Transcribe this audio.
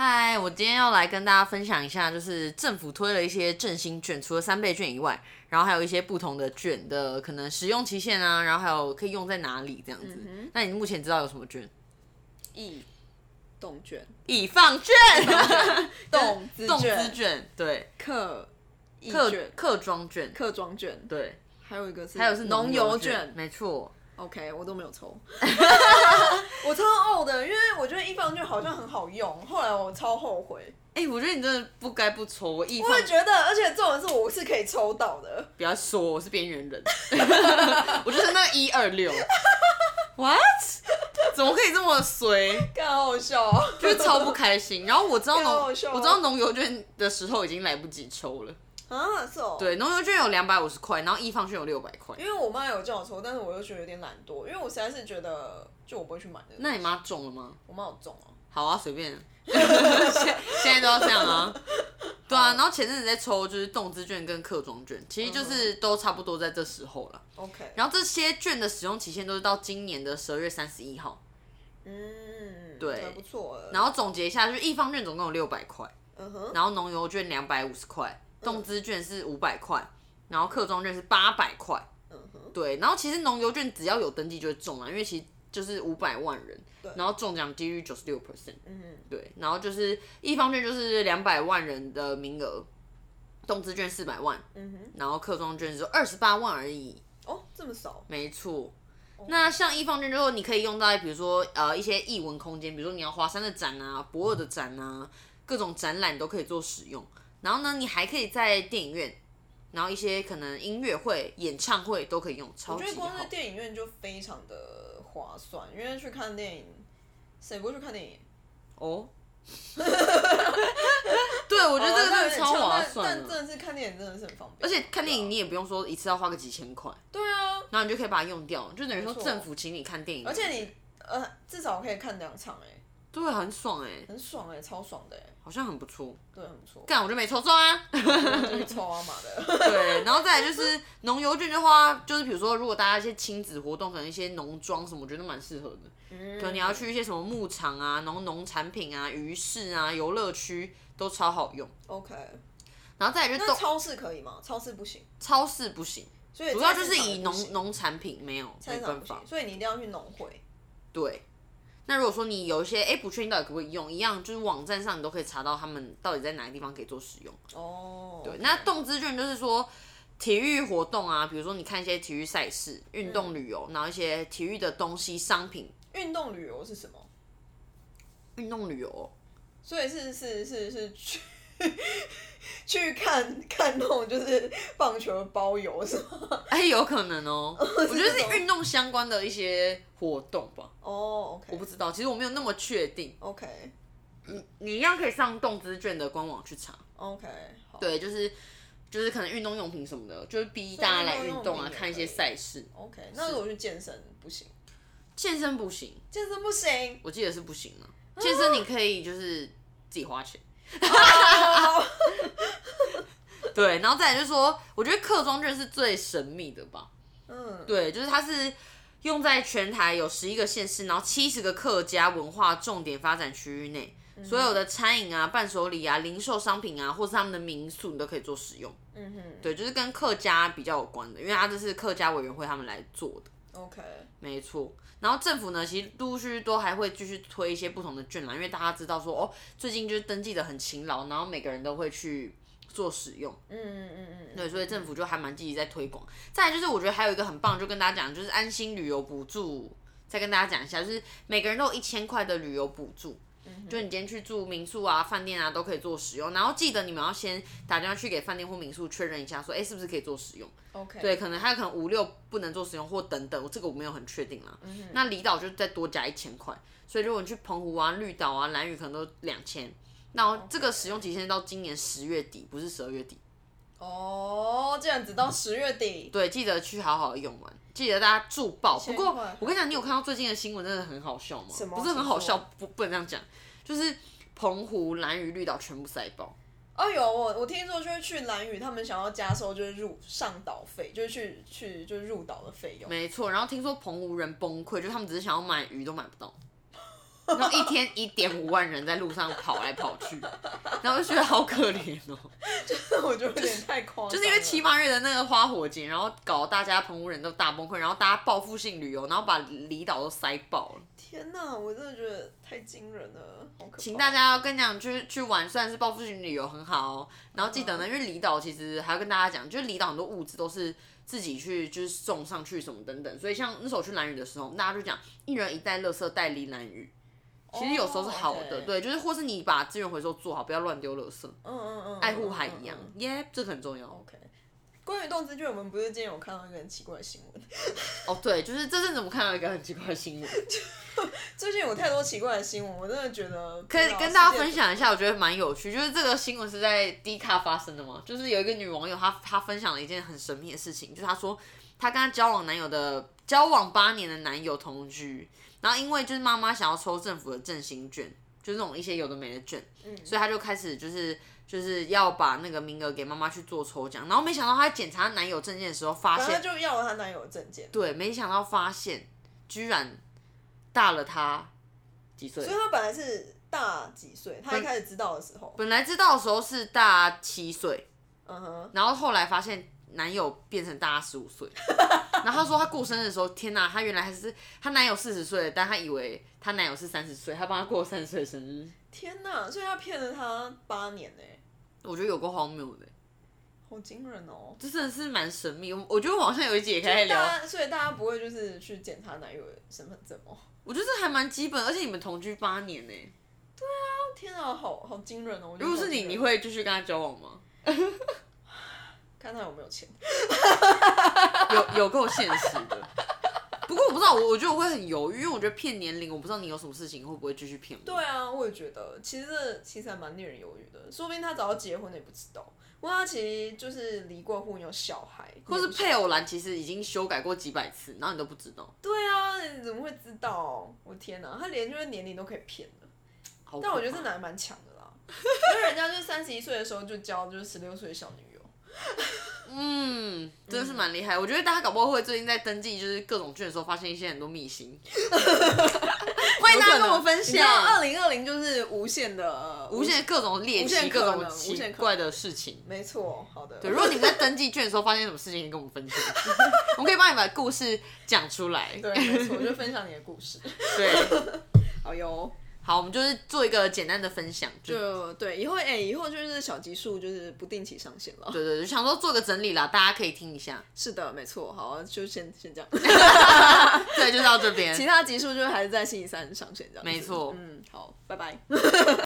嗨，我今天要来跟大家分享一下，就是政府推了一些振兴券，除了3倍券以外，然后还有一些不同的券的可能使用期限啊，然后还有可以用在哪里这样子。那你目前知道有什么券？ 易动券、 已放券、 动资券，对， 客庄券、 客庄券， 对， 还有是农油券， 没错。 OK， 我都没有抽，我超傲的，因为我觉得易放券好像很好用，后来我超后悔。 我觉得你真的不该不抽，我也觉得，而且重点是我是可以抽到的。 不要说我是边缘人，我就是那个126。What？ 怎么可以这么衰？ 干好好笑啊， 就是超不开心。然后我知道我知道农油券的时候已经来不及抽了。 啊，是哦。 对，农油券有250块，然后易放券有600块。 因为我妈有叫我抽，但是我又觉得有点懒惰，因为我实在是觉得，就我不会去买的。 那你妈中了吗？ 我妈有中啊。 好啊，随便。现在都要这样啊。对啊，然后前阵子在抽就是动资券跟客庄券，其实就是都差不多在这时候了。 OK。 然后这些券的使用期限都是到今年的12月31号。对， 还不错。 然后总结一下，就是易放券总共有600块，然后农油券250块，动资券是500块，然后客庄券是800块。对，然后其实农油券只要有登记就会中了，因为其实就是500万人，然后中奖几率96%。对，然后就是易放券就是200万人的名额，动资券400万，然后客庄券只有28万而已。 哦，这么少？ 没错。那像易放券之后，你可以用到比如说一些艺文空间，比如说你要华山的展啊、博尔的展啊，各种展览都可以做使用。然后呢，你还可以在电影院，然后一些可能音乐会、演唱会都可以用，超级好。 我觉得光是电影院就非常的划算，因为去看电影，谁不会去看电影？哦。对， 我觉得这个真的超划算但真的是看电影真的是很方便， 而且看电影你也不用说一次要花个几千块。 对啊， 然后你就可以把它用掉，就等于说政府请你看电影， 而且你至少可以看2场对，很爽很爽超爽的好像很不错。 对，很不错。 干我就没抽中啊， 就去抽啊妈的。 对，然后再来就是农油券的话，就是比如说如果大家一些亲子活动，可能一些农庄什么，我觉得蛮适合的。可能你要去一些什么牧场啊、农产品啊、鱼市啊、游乐区都超好用。 OK。 然后再来就那超市可以吗？超市不行。 超市不行， 所以主要就是以农产品没办法， 所以你一定要去农会。 对。那如果说你有一些不确定到底可不可以用，一样就是网站上你都可以查到他们到底在哪个地方可以做使用。哦。对，那动资券就是说体育活动啊，比如说你看一些体育赛事、运动旅游，然后一些体育的东西、商品。 运动旅游是什么？ 运动旅游， 所以是去看那种就是棒球的包邮是吗？ 有可能哦。我觉得是运动相关的一些活动吧。 哦 ，OK。 我不知道，其实我没有那么确定。 OK。 你一样可以上动资券的官网去查。 OK。 对，就是可能运动用品什么的，就是逼大家来运动啊，看一些赛事。 OK。那如果去健身不行？ 健身不行。 健身不行？ 我记得是不行了。健身你可以就是自己花钱。对，然后再来就是说，我觉得客庄券是最神秘的吧。对，就是它是用在全台有11个县市，然后70个客家文化重点发展区域内，所有的餐饮啊、伴手礼啊、零售商品啊，或是他们的民宿，你都可以做使用。对，就是跟客家比较有关的，因为它这是客家委员会他们来做的。 OK。 没错。然后政府呢，其实陆陆续续都还会继续推一些不同的券啦，因为大家知道说最近就是登记的很勤劳，然后每个人都会去做使用。对，所以政府就还蛮积极在推广。再来就是我觉得还有一个很棒，就跟大家讲，就是安心旅游补助，再跟大家讲一下，就是每个人都有1000块的旅游补助。就你今天去住民宿啊、饭店啊都可以做使用，然后记得你们要先打电话去给饭店或民宿确认一下，说是不是可以做使用。 OK。 对，可能还有可能5、6不能做使用或等等，这个我没有很确定啦。那离岛就再多加1000块，所以如果你去澎湖啊、绿岛啊、兰屿可能都2000。那这个使用期限到今年10月底，不是12月底。 这样子到10月底。 对，记得去好好的用完，记得大家住爆。不过我跟你讲，你有看到最近的新闻真的很好笑吗？ 什么？ 不是很好笑，不能这样讲，就是澎湖、兰屿、绿岛全部塞爆。 有我听说就是去兰屿，他们想要加收就是上岛费，就是去就是入岛的费用。 没错，然后听说澎湖人崩溃，就他们只是想要买鱼都买不到。 然后一天1.5万人在路上跑来跑去，然后就觉得好可怜哦。 就是我觉得有点太夸张了， 就是因为7、8月的那个花火节，然后搞大家澎湖人都大崩溃，然后大家报复性旅游，然后把离岛都塞爆了。 天哪，我真的觉得太惊人了，好可怕。 请大家要跟你讲，就是去玩，虽然是报复性旅游很好哦，然后记得呢，因为离岛其实还要跟大家讲，就是离岛很多物资都是自己去就是送上去什么等等，所以像那时候去兰屿的时候，大家就讲一人一袋垃圾袋离兰屿。其实有时候是好的，对，就是或是你把资源回收做好，不要乱丢垃圾，爱护海洋，耶，这个很重要。 OK， 关于动资券，我们不是今天有看到一个很奇怪的新闻？ 哦，对，就是这阵子我们看到一个很奇怪的新闻， 最近有太多奇怪的新闻，我真的觉得可以跟大家分享一下，我觉得蛮有趣。就是这个新闻是在 D 卡发生的嘛，就是有一个女网友她分享了一件很神秘的事情，就是她说她跟她交往8年的男友同居。然后因为就是妈妈想要抽政府的振兴券，就是那种一些有的没的券，所以她就开始就是要把那个名额给妈妈去做抽奖。然后没想到她在检查男友证件的时候发现， 她就要了她男友的证件。 对，没想到发现居然大了她几岁， 所以她本来是大几岁？她一开始知道的时候， 本来知道的时候是大7岁，然后后来发现男友变成大她15岁。然后她说她过生日的时候，天哪，她原来还是她男友40岁，但她以为她男友是30岁，她帮他过30岁的生日。 天哪，所以她骗了他8年呢。 我觉得有够荒谬的， 好惊人哦！ 这真的是蛮神秘。我觉得我好像有一集也可以聊， 所以大家不会就是去检查男友的身份证吗？ 我觉得这还蛮基本，而且你们同居8年呢。 对啊，天啊，好惊人哦！ 如果是你会继续跟他交往吗？ 看他有没有钱， 有够现实的。不过我不知道，我觉得我会很犹豫，因为我觉得骗年龄，我不知道你有什么事情会不会继续骗我。 对啊，我也觉得，其实还蛮令人犹豫的。说不定他早要结婚了也不知道，或他其实就是离过婚有小孩， 或是配偶栏其实已经修改过几百次，然后你都不知道。 对啊，你怎么会知道？我天哪，他连就是年龄都可以骗的。但我觉得这男的蛮强的啦，因为人家就是31岁的时候就交就是16岁的小女友。 真的是蛮厉害。我觉得大家搞不好会最近在登记就是各种券的时候，发现一些很多秘辛。欢迎大家跟我们分享。 2020就是无限的各种猎奇、各种奇怪的事情。 没错，好的。 对，如果你们在登记券的时候发现什么事情，可以跟我们分享，我们可以帮你把故事讲出来。 对，没错，就分享你的故事。 对， 好哟。 好，我们就是做一个简单的分享， 对，以后就是小集数就是不定期上线了。 对，就想说做个整理啦，大家可以听一下。 是的，没错。好，就先这样。 对，就到这边。 其他集数就还是在星期3上线这样。 没错。 好，拜拜。